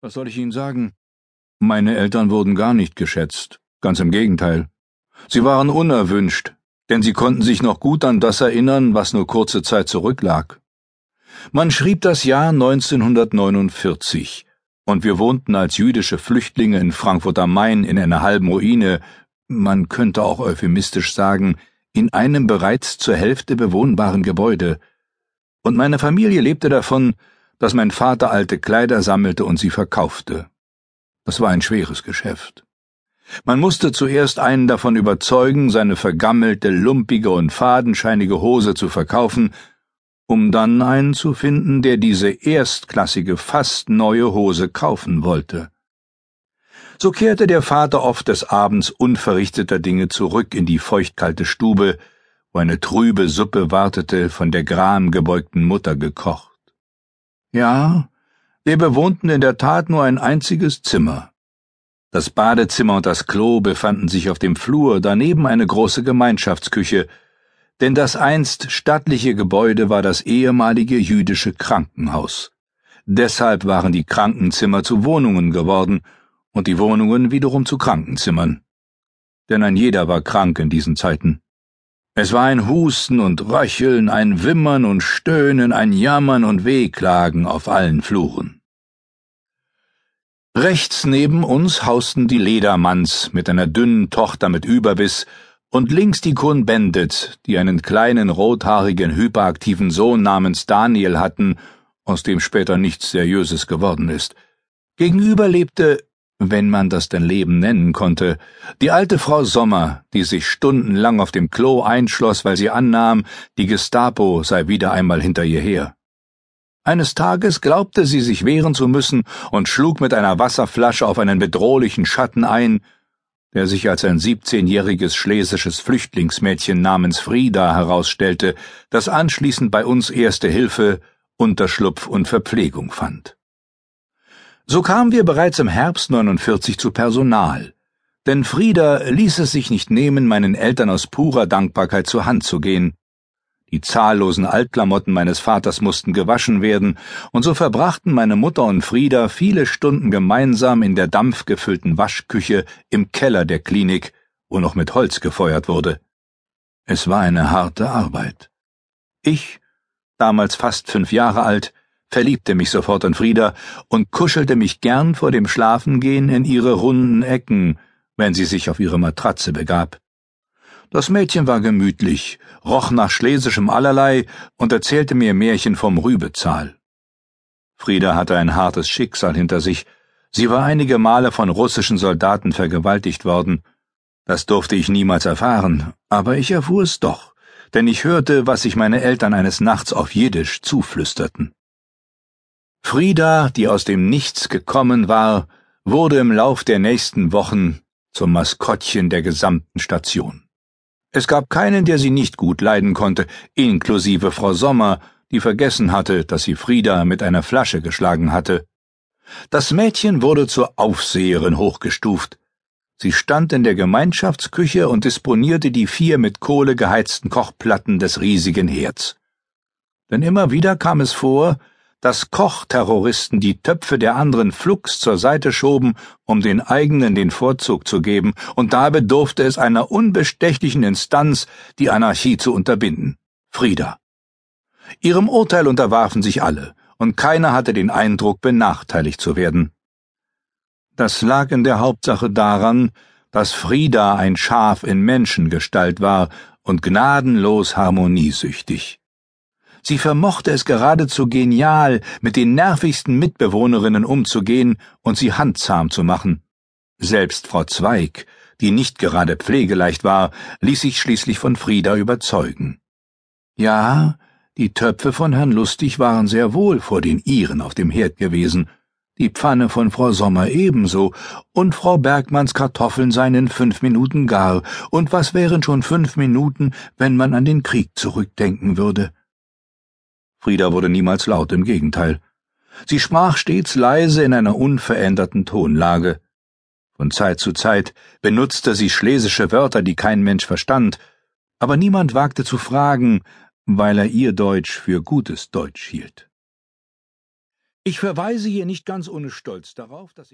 Was soll ich Ihnen sagen? Meine Eltern wurden gar nicht geschätzt, ganz im Gegenteil. Sie waren unerwünscht, denn sie konnten sich noch gut an das erinnern, was nur kurze Zeit zurücklag. Man schrieb das Jahr 1949, und wir wohnten als jüdische Flüchtlinge in Frankfurt am Main in einer halben Ruine, man könnte auch euphemistisch sagen, in einem bereits zur Hälfte bewohnbaren Gebäude. Und meine Familie lebte davon, dass mein Vater alte Kleider sammelte und sie verkaufte. Das war ein schweres Geschäft. Man musste zuerst einen davon überzeugen, seine vergammelte, lumpige und fadenscheinige Hose zu verkaufen, um dann einen zu finden, der diese erstklassige, fast neue Hose kaufen wollte. So kehrte der Vater oft des Abends unverrichteter Dinge zurück in die feuchtkalte Stube, wo eine trübe Suppe wartete, von der gramgebeugten Mutter gekocht. Ja, wir bewohnten in der Tat nur ein einziges Zimmer. Das Badezimmer und das Klo befanden sich auf dem Flur, daneben eine große Gemeinschaftsküche, denn das einst stattliche Gebäude war das ehemalige jüdische Krankenhaus. Deshalb waren die Krankenzimmer zu Wohnungen geworden und die Wohnungen wiederum zu Krankenzimmern. Denn ein jeder war krank in diesen Zeiten. Es war ein Husten und Röcheln, ein Wimmern und Stöhnen, ein Jammern und Wehklagen auf allen Fluren. Rechts neben uns hausten die Ledermanns mit einer dünnen Tochter mit Überbiss und links die Cohn-Bendit, die einen kleinen rothaarigen, hyperaktiven Sohn namens Daniel hatten, aus dem später nichts Seriöses geworden ist. Gegenüber lebte, wenn man das denn Leben nennen konnte, die alte Frau Sommer, die sich stundenlang auf dem Klo einschloss, weil sie annahm, die Gestapo sei wieder einmal hinter ihr her. Eines Tages glaubte sie sich wehren zu müssen und schlug mit einer Wasserflasche auf einen bedrohlichen Schatten ein, der sich als ein 17-jähriges schlesisches Flüchtlingsmädchen namens Frieda herausstellte, das anschließend bei uns Erste Hilfe, Unterschlupf und Verpflegung fand. So kamen wir bereits im Herbst 49 zu Personal, denn Frieda ließ es sich nicht nehmen, meinen Eltern aus purer Dankbarkeit zur Hand zu gehen. Die zahllosen Altklamotten meines Vaters mussten gewaschen werden, und so verbrachten meine Mutter und Frieda viele Stunden gemeinsam in der dampfgefüllten Waschküche im Keller der Klinik, wo noch mit Holz gefeuert wurde. Es war eine harte Arbeit. Ich, damals fast 5 Jahre alt, verliebte mich sofort in Frieda und kuschelte mich gern vor dem Schlafengehen in ihre runden Ecken, wenn sie sich auf ihre Matratze begab. Das Mädchen war gemütlich, roch nach schlesischem Allerlei und erzählte mir Märchen vom Rübezahl. Frieda hatte ein hartes Schicksal hinter sich. Sie war einige Male von russischen Soldaten vergewaltigt worden. Das durfte ich niemals erfahren, aber ich erfuhr es doch, denn ich hörte, was sich meine Eltern eines Nachts auf Jiddisch zuflüsterten. Frieda, die aus dem Nichts gekommen war, wurde im Lauf der nächsten Wochen zum Maskottchen der gesamten Station. Es gab keinen, der sie nicht gut leiden konnte, inklusive Frau Sommer, die vergessen hatte, dass sie Frieda mit einer Flasche geschlagen hatte. Das Mädchen wurde zur Aufseherin hochgestuft. Sie stand in der Gemeinschaftsküche und disponierte die 4 mit Kohle geheizten Kochplatten des riesigen Herds. Denn immer wieder kam es vor, dass Kochterroristen die Töpfe der anderen flugs zur Seite schoben, um den eigenen den Vorzug zu geben, und da bedurfte es einer unbestechlichen Instanz, die Anarchie zu unterbinden: Frieda. Ihrem Urteil unterwarfen sich alle, und keiner hatte den Eindruck, benachteiligt zu werden. Das lag in der Hauptsache daran, dass Frieda ein Schaf in Menschengestalt war und gnadenlos harmoniesüchtig. Sie vermochte es geradezu genial, mit den nervigsten Mitbewohnerinnen umzugehen und sie handzahm zu machen. Selbst Frau Zweig, die nicht gerade pflegeleicht war, ließ sich schließlich von Frieda überzeugen. Ja, die Töpfe von Herrn Lustig waren sehr wohl vor den ihren auf dem Herd gewesen, die Pfanne von Frau Sommer ebenso, und Frau Bergmanns Kartoffeln seien in 5 Minuten gar, und was wären schon 5 Minuten, wenn man an den Krieg zurückdenken würde? Frieda wurde niemals laut, im Gegenteil. Sie sprach stets leise in einer unveränderten Tonlage. Von Zeit zu Zeit benutzte sie schlesische Wörter, die kein Mensch verstand, aber niemand wagte zu fragen, weil er ihr Deutsch für gutes Deutsch hielt. Ich verweise hier nicht ganz ohne Stolz darauf, dass